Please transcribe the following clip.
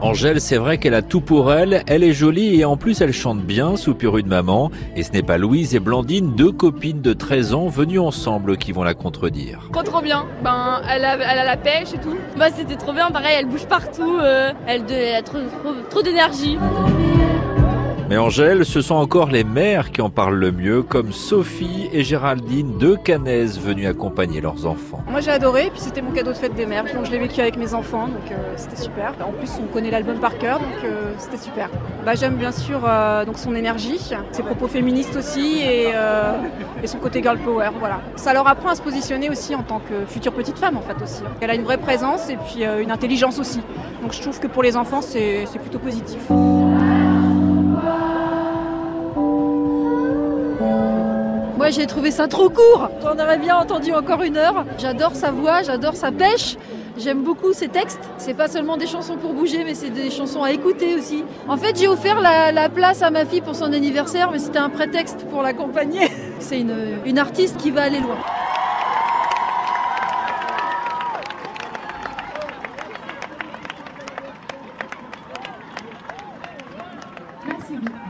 Angèle, c'est vrai qu'elle a tout pour elle. Elle est jolie et en plus elle chante bien, soupir une maman. Et ce n'est pas Louise et Blandine, deux copines de 13 ans venues ensemble, qui vont la contredire. Trop bien. Elle a la pêche et tout. C'était trop bien. Pareil, elle bouge partout. Elle a trop d'énergie. Mais Angèle, ce sont encore les mères qui en parlent le mieux, comme Sophie et Géraldine, deux Canaises venues accompagner leurs enfants. Moi j'ai adoré, puis c'était mon cadeau de fête des mères, donc je l'ai vécu avec mes enfants, donc c'était super. En plus on connaît l'album par cœur, donc c'était super. J'aime bien sûr donc son énergie, ses propos féministes aussi et son côté girl power, voilà. Ça leur apprend à se positionner aussi en tant que future petite femme en fait aussi. Elle a une vraie présence et puis une intelligence aussi. Donc je trouve que pour les enfants c'est plutôt positif. Moi j'ai trouvé ça trop court, j'en aurais bien entendu encore 1 heure. J'adore sa voix, j'adore sa pêche, j'aime beaucoup ses textes. C'est pas seulement des chansons pour bouger, mais c'est des chansons à écouter aussi. En fait j'ai offert la place à ma fille pour son anniversaire, mais c'était un prétexte pour l'accompagner. C'est une artiste qui va aller loin. Merci.